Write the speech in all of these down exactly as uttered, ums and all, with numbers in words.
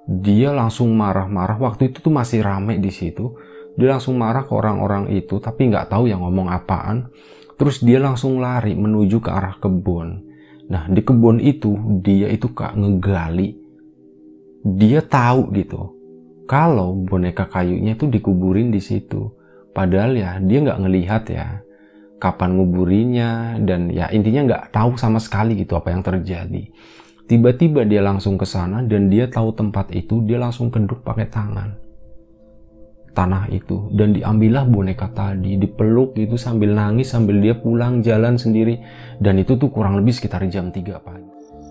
Dia langsung marah-marah. Waktu itu tuh masih rame di situ. Dia langsung marah ke orang-orang itu, tapi nggak tahu yang ngomong apaan. Terus dia langsung lari menuju ke arah kebun. Nah, di kebun itu dia itu kak ngegali. Dia tahu gitu kalau boneka kayunya itu dikuburin di situ. Padahal ya dia nggak ngelihat ya kapan nguburinya, dan ya intinya nggak tahu sama sekali gitu apa yang terjadi. Tiba-tiba dia langsung ke sana dan dia tahu tempat itu, dia langsung kenduk pakai tangan tanah itu, dan diambillah boneka tadi, dipeluk gitu sambil nangis, sambil dia pulang jalan sendiri. Dan itu tuh kurang lebih sekitar jam tiga pagi.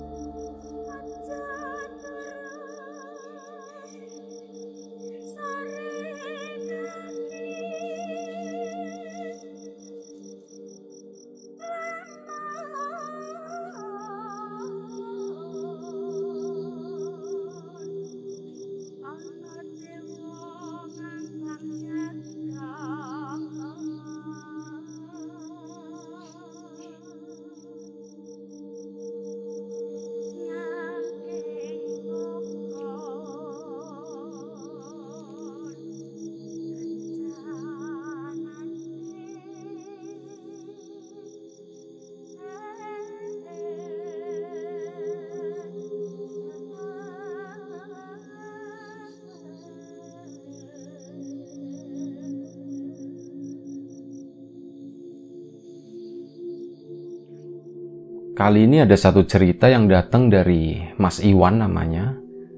Kali ini ada satu cerita yang datang dari Mas Iwan namanya,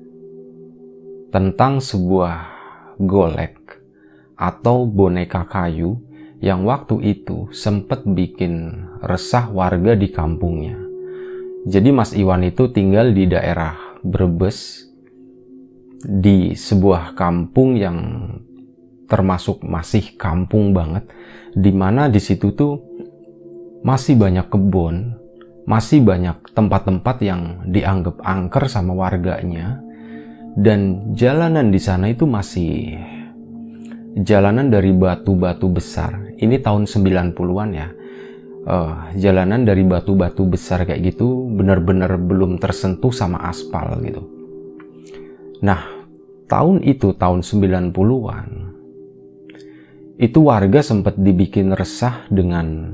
tentang sebuah golek atau boneka kayu yang waktu itu sempat bikin resah warga di kampungnya. Jadi Mas Iwan itu tinggal di daerah Brebes, di sebuah kampung yang termasuk masih kampung banget, dimana di situ tuh masih banyak kebun, masih banyak tempat-tempat yang dianggap angker sama warganya, dan jalanan di sana itu masih jalanan dari batu-batu besar. Ini tahun sembilan puluhan ya. Uh, jalanan dari batu-batu besar kayak gitu, benar-benar belum tersentuh sama aspal gitu. Nah, tahun itu tahun sembilan puluhan. Itu warga sempat dibikin resah dengan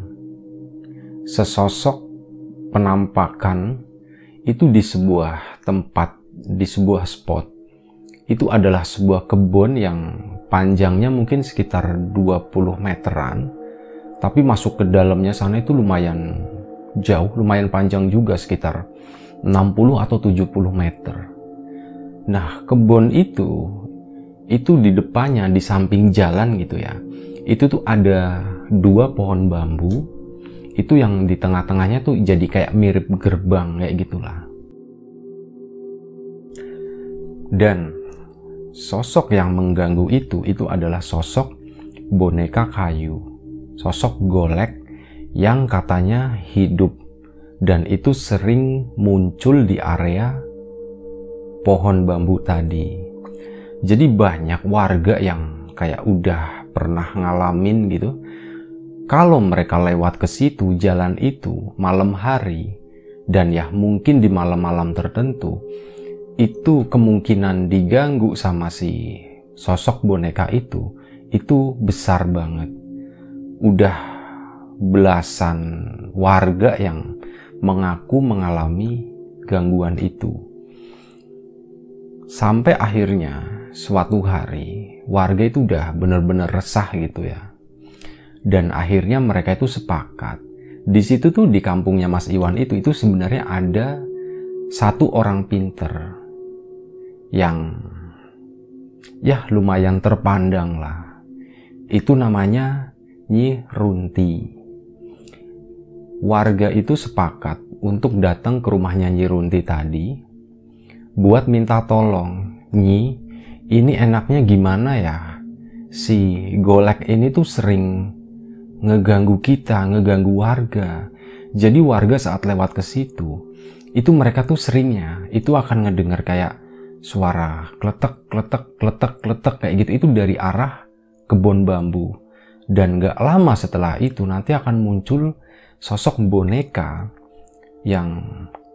sesosok penampakan itu di sebuah tempat, di sebuah spot. Itu adalah sebuah kebun yang panjangnya mungkin sekitar dua puluh meteran, tapi masuk ke dalamnya sana itu lumayan jauh, lumayan panjang juga, sekitar enam puluh atau tujuh puluh meter. Nah, kebun itu itu di depannya, di samping jalan gitu ya, itu tuh ada dua pohon bambu. Itu yang di tengah-tengahnya tuh jadi kayak mirip gerbang kayak gitulah. Dan sosok yang mengganggu itu itu adalah sosok boneka kayu, sosok golek yang katanya hidup, dan itu sering muncul di area pohon bambu tadi. Jadi banyak warga yang kayak udah pernah ngalamin gitu. Kalau mereka lewat ke situ, jalan itu malam hari, dan ya mungkin di malam-malam tertentu, itu kemungkinan diganggu sama si sosok boneka itu, itu besar banget. Udah belasan warga yang mengaku mengalami gangguan itu. Sampai akhirnya suatu hari, warga itu udah bener-bener resah gitu ya. Dan akhirnya mereka itu sepakat. Di situ tuh di kampungnya Mas Iwan itu itu sebenarnya ada satu orang pinter yang ya lumayan terpandang lah. Itu namanya Nyi Runti. Warga itu sepakat untuk datang ke rumahnya Nyi Runti tadi buat minta tolong. Nyi, ini enaknya gimana ya? Si golek ini tuh sering ngeganggu kita, ngeganggu warga. Jadi warga saat lewat ke situ, itu mereka tuh seringnya itu akan ngedengar kayak suara kletek, kletek, kletek, kletek kayak gitu. Itu dari arah kebun bambu. Dan gak lama setelah itu nanti akan muncul sosok boneka yang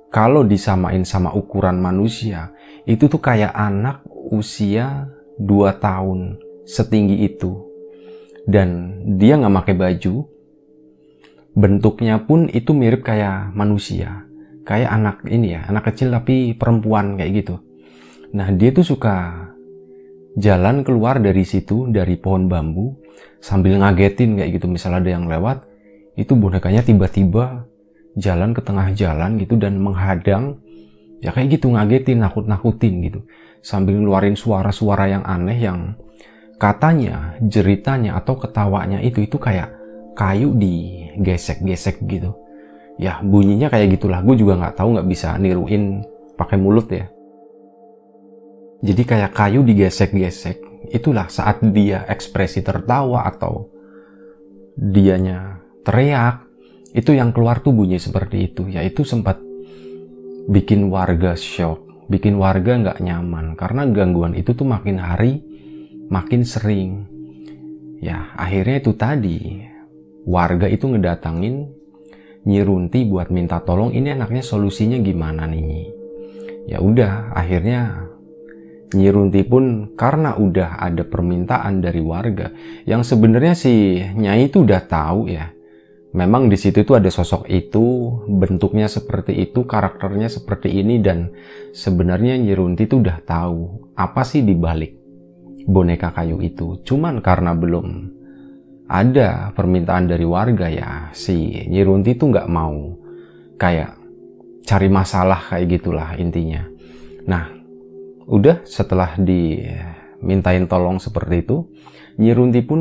kalau disamain sama ukuran manusia, itu tuh kayak anak usia dua tahun, setinggi itu. Dan dia nggak pakai baju, bentuknya pun itu mirip kayak manusia. Kayak anak ini ya, anak kecil tapi perempuan kayak gitu. Nah, dia tuh suka jalan keluar dari situ, dari pohon bambu, sambil ngagetin kayak gitu. Misalnya ada yang lewat, itu bonekanya tiba-tiba jalan ke tengah jalan gitu dan menghadang. Ya kayak gitu, ngagetin, nakut-nakutin gitu. Sambil ngeluarin suara-suara yang aneh yang katanya, jeritanya atau ketawanya itu, itu kayak kayu digesek-gesek gitu. Ya bunyinya kayak gitulah, gue juga nggak tahu, nggak bisa niruin pakai mulut ya. Jadi kayak kayu digesek-gesek, itulah saat dia ekspresi tertawa atau dianya teriak, itu yang keluar tuh bunyi seperti itu. Ya itu sempat bikin warga shock, bikin warga nggak nyaman, karena gangguan itu tuh makin hari makin sering. Ya akhirnya itu tadi, warga itu ngedatangin Nyi Runti buat minta tolong, ini enaknya solusinya gimana nih. Ya udah, akhirnya Nyi Runti pun karena udah ada permintaan dari warga yang sebenarnya si Nyai itu udah tahu ya. Memang di situ tuh ada sosok itu, bentuknya seperti itu, karakternya seperti ini, dan sebenarnya Nyi Runti tuh udah tahu apa sih dibalik boneka kayu itu. Cuman karena belum ada permintaan dari warga ya, si Nyi Runti tuh nggak mau kayak cari masalah kayak gitulah intinya. Nah, udah setelah dimintain tolong seperti itu, Nyi Runti pun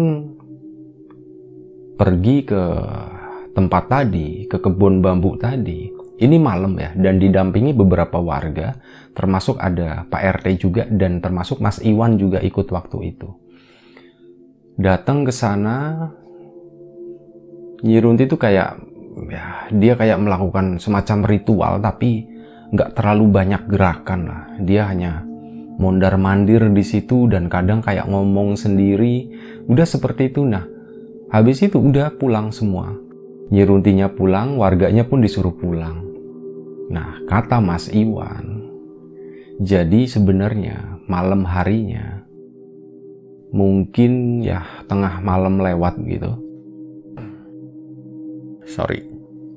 pergi ke tempat tadi, ke kebun bambu tadi. Ini malam ya, dan didampingi beberapa warga, termasuk ada Pak R T juga, dan termasuk Mas Iwan juga ikut waktu itu. Datang ke sana, Nyi Runti tuh kayak, ya dia kayak melakukan semacam ritual, tapi nggak terlalu banyak gerakan lah. Dia hanya mondar-mandir di situ dan kadang kayak ngomong sendiri. Udah seperti itu. Nah, habis itu udah pulang semua. Nyi Runtinya pulang, warganya pun disuruh pulang. Nah, kata Mas Iwan, jadi sebenarnya malam harinya, mungkin ya tengah malam lewat gitu. Sorry.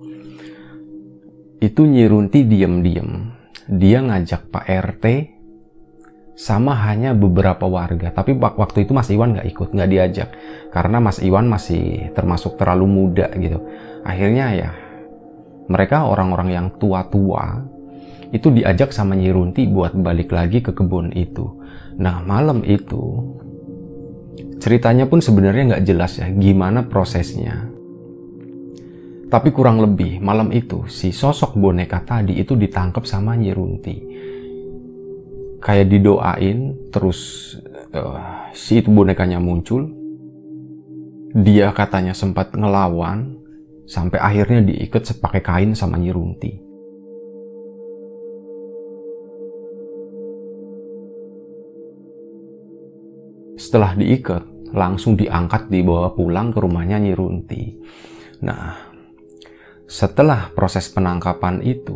Itu Nyi Runti diem-diem. Dia ngajak Pak R T sama hanya beberapa warga. Tapi waktu itu Mas Iwan nggak ikut, nggak diajak. Karena Mas Iwan masih termasuk terlalu muda gitu. Akhirnya ya mereka orang-orang yang tua-tua itu diajak sama Nyi Runti buat balik lagi ke kebun itu. Nah malam itu ceritanya pun sebenarnya nggak jelas ya gimana prosesnya. Tapi kurang lebih malam itu si sosok boneka tadi itu ditangkap sama Nyi Runti. Kayak didoain, terus uh, si itu bonekanya muncul. Dia katanya sempat ngelawan, sampai akhirnya diikat pakai kain sama Nyi Runti. Setelah diikat, langsung diangkat dibawa pulang ke rumahnya Nyi Runti. Nah, setelah proses penangkapan itu,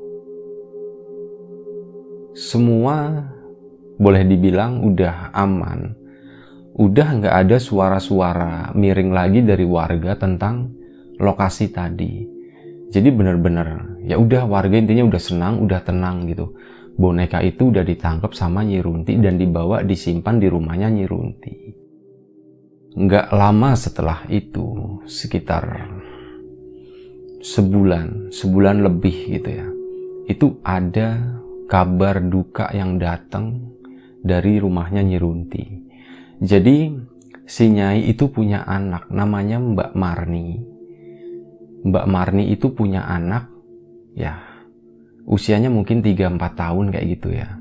semua boleh dibilang udah aman. Udah nggak ada suara-suara miring lagi dari warga tentang lokasi tadi. Jadi bener-bener ya udah warga intinya udah senang, udah tenang gitu. Boneka itu udah ditangkap sama Nyi Runti dan dibawa disimpan di rumahnya Nyi Runti. Nggak lama setelah itu, sekitar sebulan, sebulan lebih gitu ya, itu ada kabar duka yang datang dari rumahnya Nyi Runti. Jadi si Nyai itu punya anak namanya Mbak Marni. Mbak Marni itu punya anak ya usianya mungkin tiga empat tahun kayak gitu ya.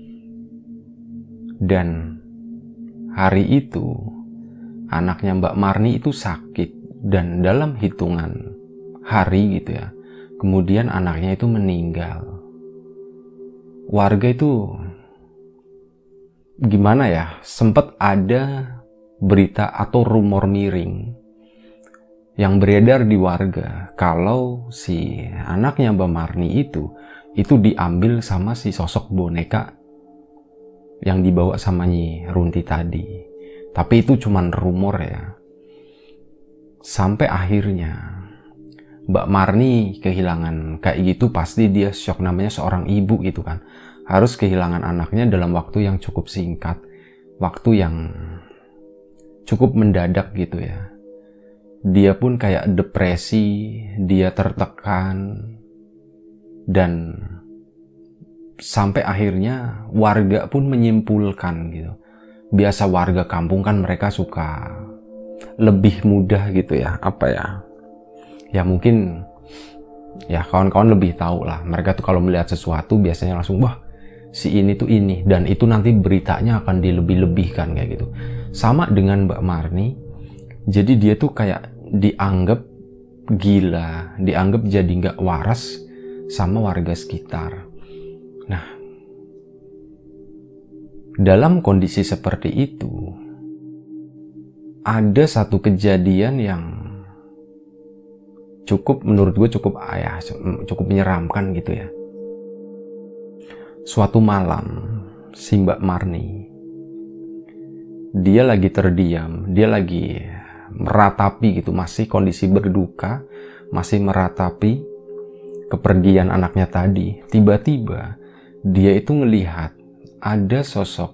Dan hari itu anaknya Mbak Marni itu sakit, dan dalam hitungan hari gitu ya, kemudian anaknya itu meninggal. Warga itu gimana ya, sempat ada berita atau rumor miring yang beredar di warga kalau si anaknya Mbak Marni itu itu diambil sama si sosok boneka yang dibawa sama Nyi Runti tadi. Tapi itu cuman rumor ya. Sampai akhirnya Mbak Marni kehilangan kayak gitu, pasti dia shock, namanya seorang ibu gitu kan. Harus kehilangan anaknya dalam waktu yang cukup singkat, waktu yang cukup mendadak gitu ya. Dia pun kayak depresi, dia tertekan, dan sampai akhirnya warga pun menyimpulkan gitu. Biasa warga kampung kan mereka suka lebih mudah gitu ya, apa ya, ya mungkin ya kawan-kawan lebih tahu lah, mereka tuh kalau melihat sesuatu biasanya langsung wah si ini tuh ini, dan itu nanti beritanya akan dilebih-lebihkan kayak gitu. Sama dengan Mbak Marni, jadi dia tuh kayak dianggap gila, dianggap jadi nggak waras sama warga sekitar. Nah, dalam kondisi seperti itu ada satu kejadian yang cukup, menurut gue cukup ayah, cukup menyeramkan gitu ya. Suatu malam si Mbak Marni, dia lagi terdiam, dia lagi meratapi gitu, masih kondisi berduka, masih meratapi kepergian anaknya tadi. Tiba-tiba dia itu ngelihat ada sosok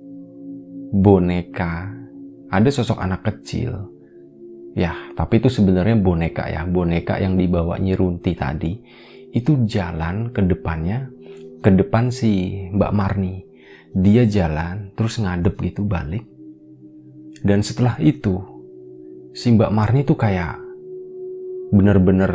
boneka, ada sosok anak kecil. Ya, tapi itu sebenarnya boneka ya, boneka yang dibawa Nyi Runti tadi. Itu jalan ke depannya, ke depan si Mbak Marni. Dia jalan, terus ngadep gitu balik. Dan setelah itu, si Mbak Marni tuh kayak bener-bener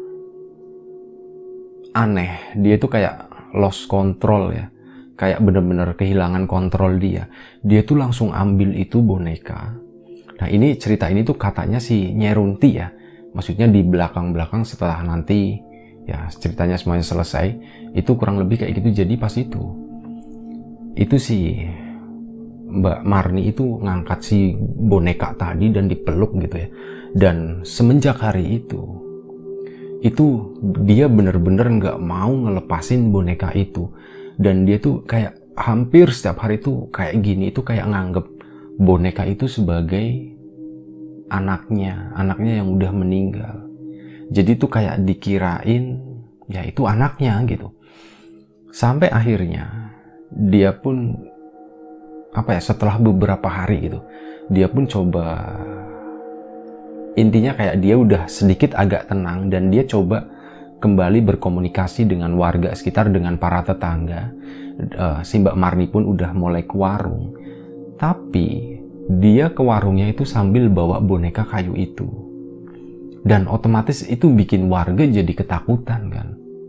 aneh. Dia tuh kayak lost control ya. Kayak bener-bener kehilangan kontrol dia. Dia tuh langsung ambil itu boneka. Nah ini cerita ini tuh katanya si Nyi Runti ya. Maksudnya di belakang-belakang setelah nanti ya ceritanya semuanya selesai. Itu kurang lebih kayak gitu. Jadi pas itu. Itu si Mbak Marni itu ngangkat si boneka tadi dan dipeluk gitu ya. Dan semenjak hari itu. Itu dia bener-bener gak mau ngelepasin boneka itu. Dan dia tuh kayak hampir setiap hari tuh kayak gini, itu kayak nganggep boneka itu sebagai anaknya, anaknya yang udah meninggal. Jadi tuh kayak dikirain ya itu anaknya gitu. Sampai akhirnya dia pun apa ya, setelah beberapa hari gitu, dia pun coba, intinya kayak dia udah sedikit agak tenang dan dia coba kembali berkomunikasi dengan warga sekitar, dengan para tetangga. Uh, si Mbak Marni pun udah mulai ke warung. Tapi dia ke warungnya itu sambil bawa boneka kayu itu. Dan otomatis itu bikin warga jadi ketakutan kan.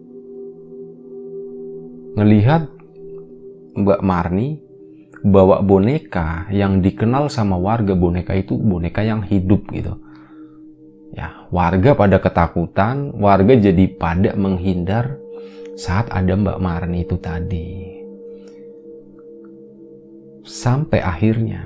Ngelihat Mbak Marni bawa boneka yang dikenal sama warga, boneka itu boneka yang hidup gitu. Ya, warga pada ketakutan, warga jadi pada menghindar saat ada Mbak Marni itu tadi. Sampai akhirnya,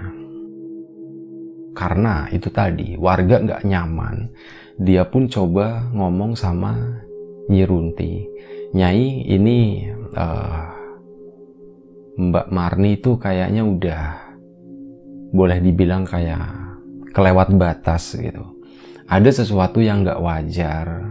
karena itu tadi, warga nggak nyaman, dia pun coba ngomong sama Nyi Runti. Nyai, ini uh, Mbak Marni itu kayaknya udah boleh dibilang kayak kelewat batas gitu. Ada sesuatu yang gak wajar,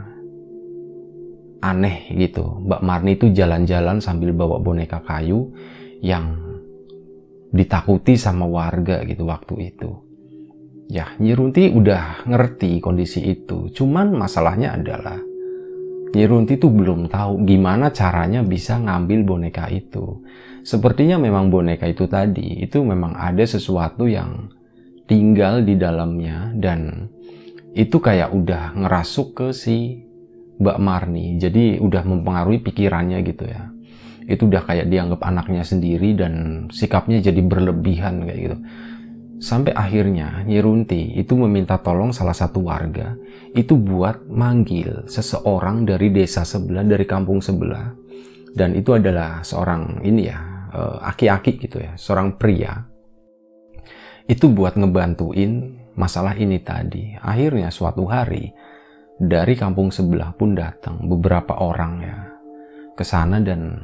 aneh gitu. Mbak Marni itu jalan-jalan sambil bawa boneka kayu yang ditakuti sama warga gitu waktu itu. Ya, Nyi Runti udah ngerti kondisi itu. Cuman masalahnya adalah Nyi Runti tuh belum tahu gimana caranya bisa ngambil boneka itu. Sepertinya memang boneka itu tadi, itu memang ada sesuatu yang tinggal di dalamnya dan itu kayak udah ngerasuk ke si Mbak Marni. Jadi udah mempengaruhi pikirannya gitu ya. Itu udah kayak dianggap anaknya sendiri dan sikapnya jadi berlebihan kayak gitu. Sampai akhirnya Nyi Runti itu meminta tolong salah satu warga itu buat manggil seseorang dari desa sebelah, dari kampung sebelah. Dan itu adalah seorang ini ya, aki-aki gitu ya, seorang pria. Itu buat ngebantuin masalah ini tadi. Akhirnya suatu hari dari kampung sebelah pun datang beberapa orang ya. ke sana dan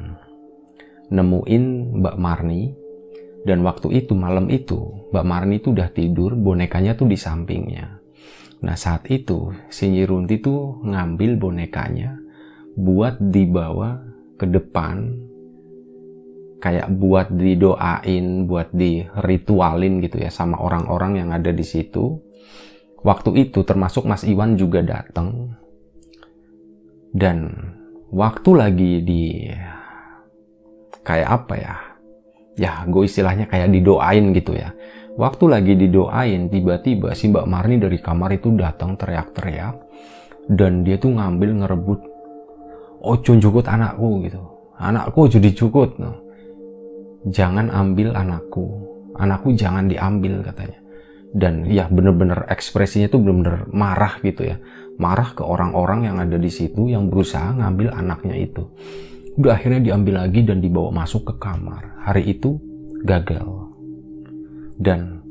nemuin Mbak Marni. Dan waktu itu, malam itu, Mbak Marni itu udah tidur, bonekanya tuh di sampingnya. Nah saat itu, si Nyi Runti tuh ngambil bonekanya buat dibawa ke depan, kayak buat didoain, buat diritualin gitu ya sama orang-orang yang ada di situ. Waktu itu termasuk Mas Iwan juga datang. Dan waktu lagi di kayak apa ya? Ya, gue istilahnya kayak didoain gitu ya. Waktu lagi didoain, tiba-tiba si Mbak Marni dari kamar itu datang teriak-teriak. Dan dia tuh ngambil ngerebut, ojo jukut anakku gitu. Anakku jadi jukut. No. Jangan ambil anakku. Anakku jangan diambil katanya. Dan ya bener-bener ekspresinya tuh bener-bener marah gitu ya. Marah ke orang-orang yang ada di situ yang berusaha ngambil anaknya itu. Udah akhirnya diambil lagi dan dibawa masuk ke kamar. Hari itu gagal. Dan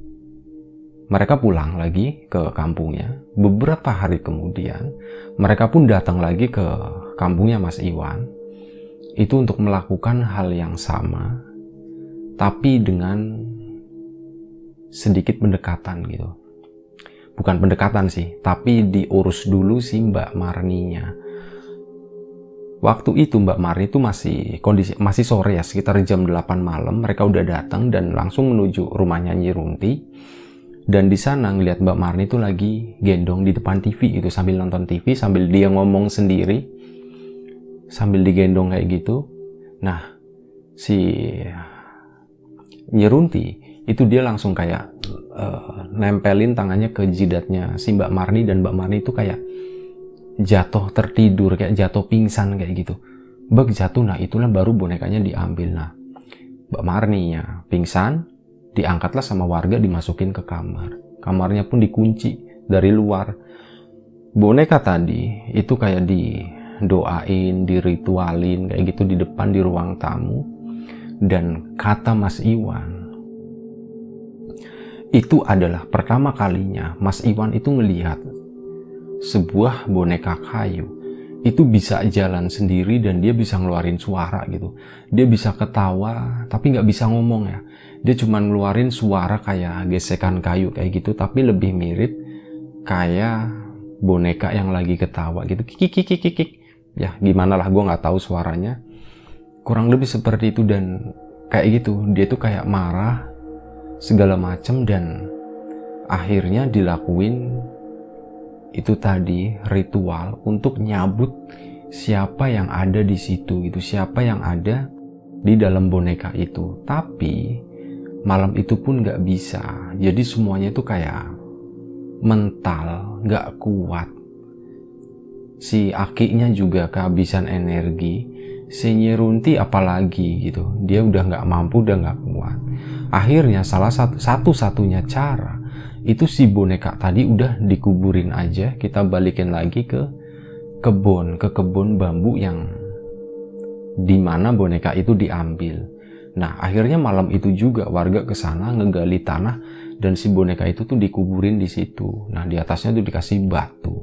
mereka pulang lagi ke kampungnya. Beberapa hari kemudian, mereka pun datang lagi ke kampungnya Mas Iwan. Itu untuk melakukan hal yang sama, tapi dengan sedikit pendekatan gitu. Bukan pendekatan sih, tapi diurus dulu si Mbak Marninya. Waktu itu Mbak Marni itu masih kondisi masih sore ya, sekitar jam delapan malam. Mereka udah datang dan langsung menuju rumahnya Nyi Runti. Dan di sana ngelihat Mbak Marni itu lagi gendong di depan T V itu sambil nonton T V, sambil dia ngomong sendiri, sambil digendong kayak gitu. Nah, si Nyi Runti itu dia langsung kayak uh, nempelin tangannya ke jidatnya si Mbak Marni, dan Mbak Marni itu kayak jatuh tertidur, kayak jatuh pingsan kayak gitu. Bag jatuh, nah itulah baru bonekanya diambil. Nah, Mbak Marninya pingsan, diangkatlah sama warga, dimasukin ke kamar. Kamarnya pun dikunci dari luar. Boneka tadi itu kayak didoain, diritualin kayak gitu di depan di ruang tamu. Dan kata Mas Iwan, itu adalah pertama kalinya Mas Iwan itu melihat sebuah boneka kayu itu bisa jalan sendiri dan dia bisa ngeluarin suara gitu. Dia bisa ketawa tapi nggak bisa ngomong ya. Dia cuma ngeluarin suara kayak gesekan kayu kayak gitu, tapi lebih mirip kayak boneka yang lagi ketawa gitu. Kikik kikik kikik. Ya gimana lah, gue nggak tahu suaranya. Kurang lebih seperti itu. Dan kayak gitu dia tuh kayak marah segala macem, dan akhirnya dilakuin itu tadi ritual untuk nyabut siapa yang ada di situ gitu, siapa yang ada di dalam boneka itu. Tapi malam itu pun nggak bisa, jadi semuanya itu kayak mental, nggak kuat. Si Akinya juga kehabisan energi, si Nyi Runti apalagi gitu, dia udah nggak mampu, udah nggak kuat. Akhirnya salah satu satu-satunya cara itu si boneka tadi udah dikuburin aja, kita balikin lagi ke kebun, ke kebun bambu yang dimana boneka itu diambil. Nah akhirnya malam itu juga warga kesana ngegali tanah dan si boneka itu tuh dikuburin di situ. Nah di atasnya tuh dikasih batu.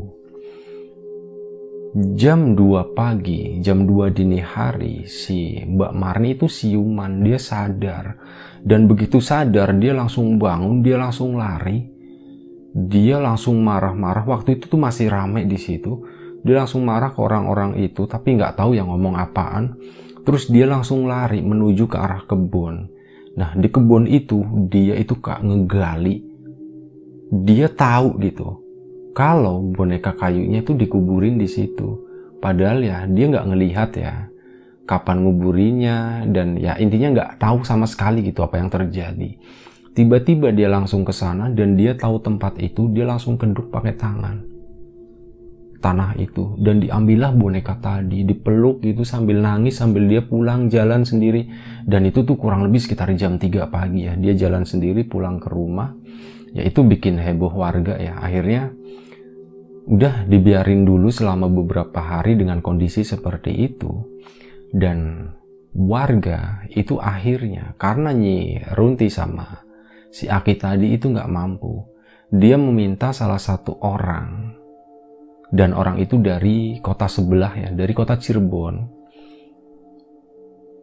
Jam dua pagi, jam dua dini hari, si Mbak Marni itu siuman, dia sadar. Dan begitu sadar, dia langsung bangun, dia langsung lari. Dia langsung marah-marah. Waktu itu tuh masih rame di situ. Dia langsung marah ke orang-orang itu, tapi nggak tahu yang ngomong apaan. Terus dia langsung lari menuju ke arah kebun. Nah, di kebun itu, dia itu kak ngegali. Dia tahu gitu, kalau boneka kayunya itu dikuburin di situ. Padahal ya dia nggak ngelihat ya kapan nguburinya, dan ya intinya nggak tahu sama sekali gitu apa yang terjadi. Tiba-tiba dia langsung ke sana dan dia tahu tempat itu, dia langsung kenduk pakai tangan tanah itu, dan diambillah boneka tadi, dipeluk gitu sambil nangis, sambil dia pulang jalan sendiri. Dan itu tuh kurang lebih sekitar jam tiga pagi ya, dia jalan sendiri pulang ke rumah. Ya itu bikin heboh warga ya. Akhirnya udah dibiarin dulu selama beberapa hari dengan kondisi seperti itu. Dan warga itu akhirnya karena Nyi Runti sama si Aki tadi itu nggak mampu, dia meminta salah satu orang, dan orang itu dari kota sebelah ya, dari kota Cirebon.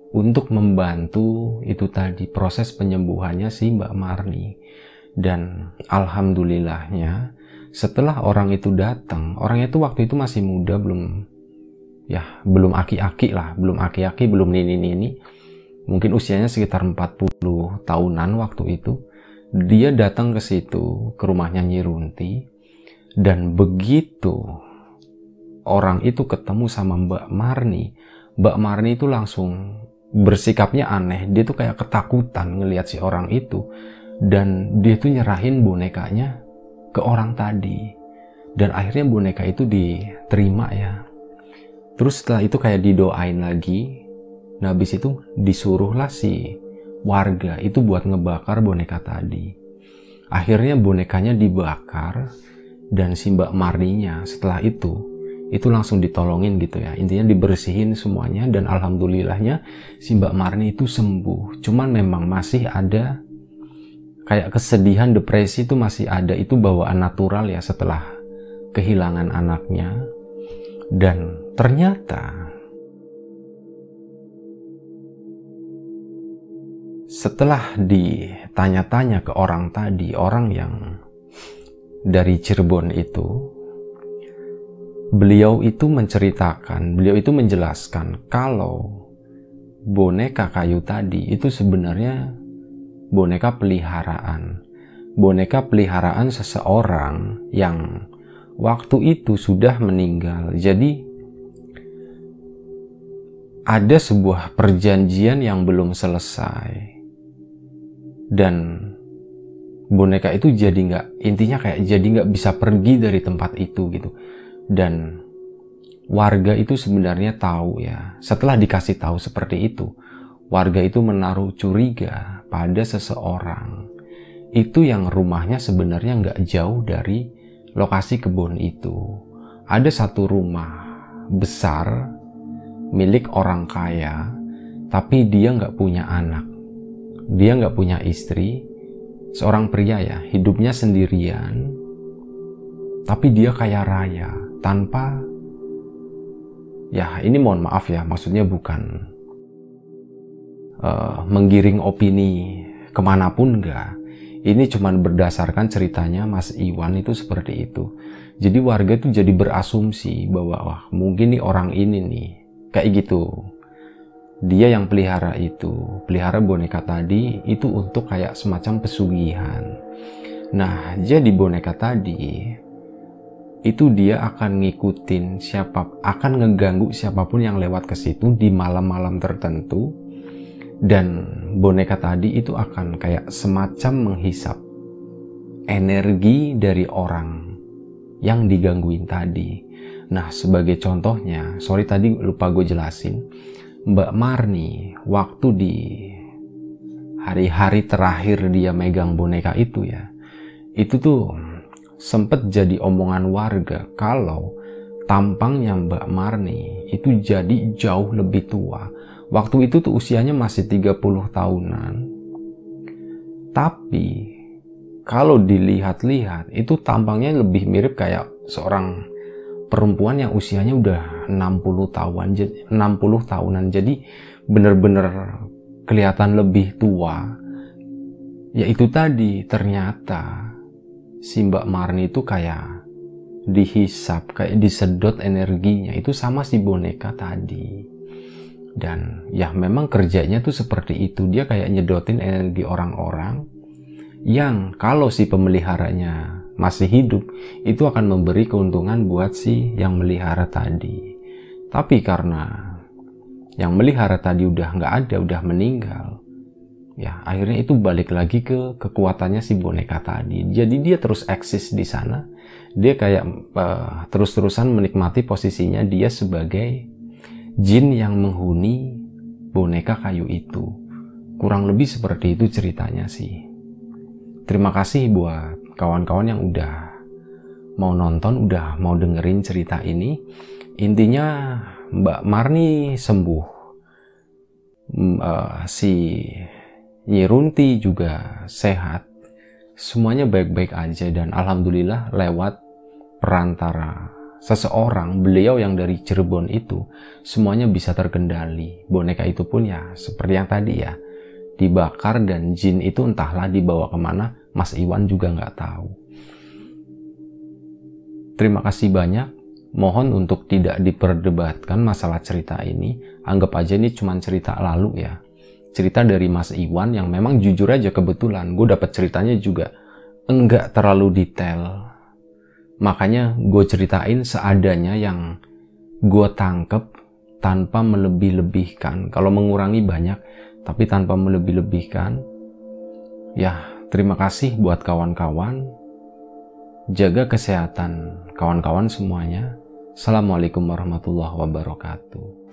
untuk membantu itu tadi proses penyembuhannya si Mbak Marni. Dan alhamdulillahnya setelah orang itu datang, orangnya itu waktu itu masih muda, belum ya belum aki-aki lah, belum aki-aki, belum nini-nini, mungkin usianya sekitar empat puluh tahunan waktu itu. Dia datang ke situ, ke rumahnya Nyi Runti, dan begitu orang itu ketemu sama Mbak Marni, Mbak Marni itu langsung bersikapnya aneh. Dia tuh kayak ketakutan ngelihat si orang itu, dan dia tuh nyerahin bonekanya ke orang tadi. Dan akhirnya boneka itu diterima ya. Terus setelah itu kayak didoain lagi. Nah habis itu disuruhlah si warga itu buat ngebakar boneka tadi. Akhirnya bonekanya dibakar, dan si Mbak Marninya setelah itu itu langsung ditolongin gitu ya, intinya dibersihin semuanya. Dan alhamdulillahnya si Mbak Marni itu sembuh. Cuman memang masih ada kayak kesedihan, depresi itu masih ada, itu bawaan natural ya setelah kehilangan anaknya. Dan ternyata setelah ditanya-tanya ke orang tadi, orang yang dari Cirebon itu, beliau itu menceritakan, beliau itu menjelaskan kalau boneka kayu tadi itu sebenarnya boneka peliharaan. Boneka peliharaan seseorang yang waktu itu sudah meninggal. Jadi ada sebuah perjanjian yang belum selesai. Dan boneka itu jadi nggak, intinya kayak jadi nggak bisa pergi dari tempat itu gitu. Dan warga itu sebenarnya tahu ya, setelah dikasih tahu seperti itu, warga itu menaruh curiga pada seseorang itu yang rumahnya sebenarnya nggak jauh dari lokasi kebun itu. Ada satu rumah besar milik orang kaya, tapi dia nggak punya anak, dia nggak punya istri, seorang pria ya, hidupnya sendirian, tapi dia kaya raya. Tanpa, ya ini mohon maaf ya, maksudnya bukan uh, menggiring opini kemanapun, enggak. Ini cuman berdasarkan ceritanya Mas Iwan itu seperti itu. Jadi warga itu jadi berasumsi bahwa wah mungkin nih orang ini nih, kayak gitu. Dia yang pelihara itu, pelihara boneka tadi itu untuk kayak semacam pesugihan. Nah jadi boneka tadi itu dia akan ngikutin siapa, akan ngeganggu siapapun yang lewat ke situ di malam-malam tertentu. Dan boneka tadi itu akan kayak semacam menghisap energi dari orang yang digangguin tadi. Nah sebagai contohnya, sorry tadi lupa gue jelasin, Mbak Marni waktu di hari-hari terakhir dia megang boneka itu ya, itu tuh sempet jadi omongan warga kalau tampangnya Mbak Marni itu jadi jauh lebih tua. Waktu itu tuh usianya masih tiga puluh tahunan. Tapi kalau dilihat-lihat itu tampangnya lebih mirip kayak seorang perempuan yang usianya udah enam puluh tahunan, enam puluh tahunan. Jadi bener-bener kelihatan lebih tua. Ya itu tadi, ternyata si Mbak Marni itu kayak dihisap, kayak disedot energinya. Itu sama si boneka tadi. Dan ya memang kerjanya tuh seperti itu. Dia kayak nyedotin energi orang-orang yang kalau si pemeliharanya masih hidup, itu akan memberi keuntungan buat si yang melihara tadi. Tapi karena yang melihara tadi udah nggak ada, udah meninggal, ya akhirnya itu balik lagi ke kekuatannya si boneka tadi. Jadi dia terus eksis di sana. Dia kayak uh, terus-terusan menikmati posisinya dia sebagai jin yang menghuni boneka kayu itu. Kurang lebih seperti itu ceritanya sih. Terima kasih buat kawan-kawan yang udah mau nonton, udah mau dengerin cerita ini. Intinya Mbak Marni sembuh. Uh, si Nyi Runti juga sehat. Semuanya baik-baik aja dan alhamdulillah lewat perantara seseorang, beliau yang dari Cirebon itu, semuanya bisa terkendali. Boneka itu pun ya seperti yang tadi ya, dibakar dan jin itu entahlah dibawa kemana, Mas Iwan juga nggak tahu. Terima kasih banyak. Mohon untuk tidak diperdebatkan masalah cerita ini. Anggap aja ini cuma cerita lalu ya. Cerita dari Mas Iwan yang memang jujur aja kebetulan gue dapet ceritanya juga enggak terlalu detail. Makanya gue ceritain seadanya yang gue tangkep tanpa melebih-lebihkan. Kalau mengurangi banyak, tapi tanpa melebih-lebihkan. Ya, terima kasih buat kawan-kawan. Jaga kesehatan kawan-kawan semuanya. Assalamualaikum warahmatullahi wabarakatuh.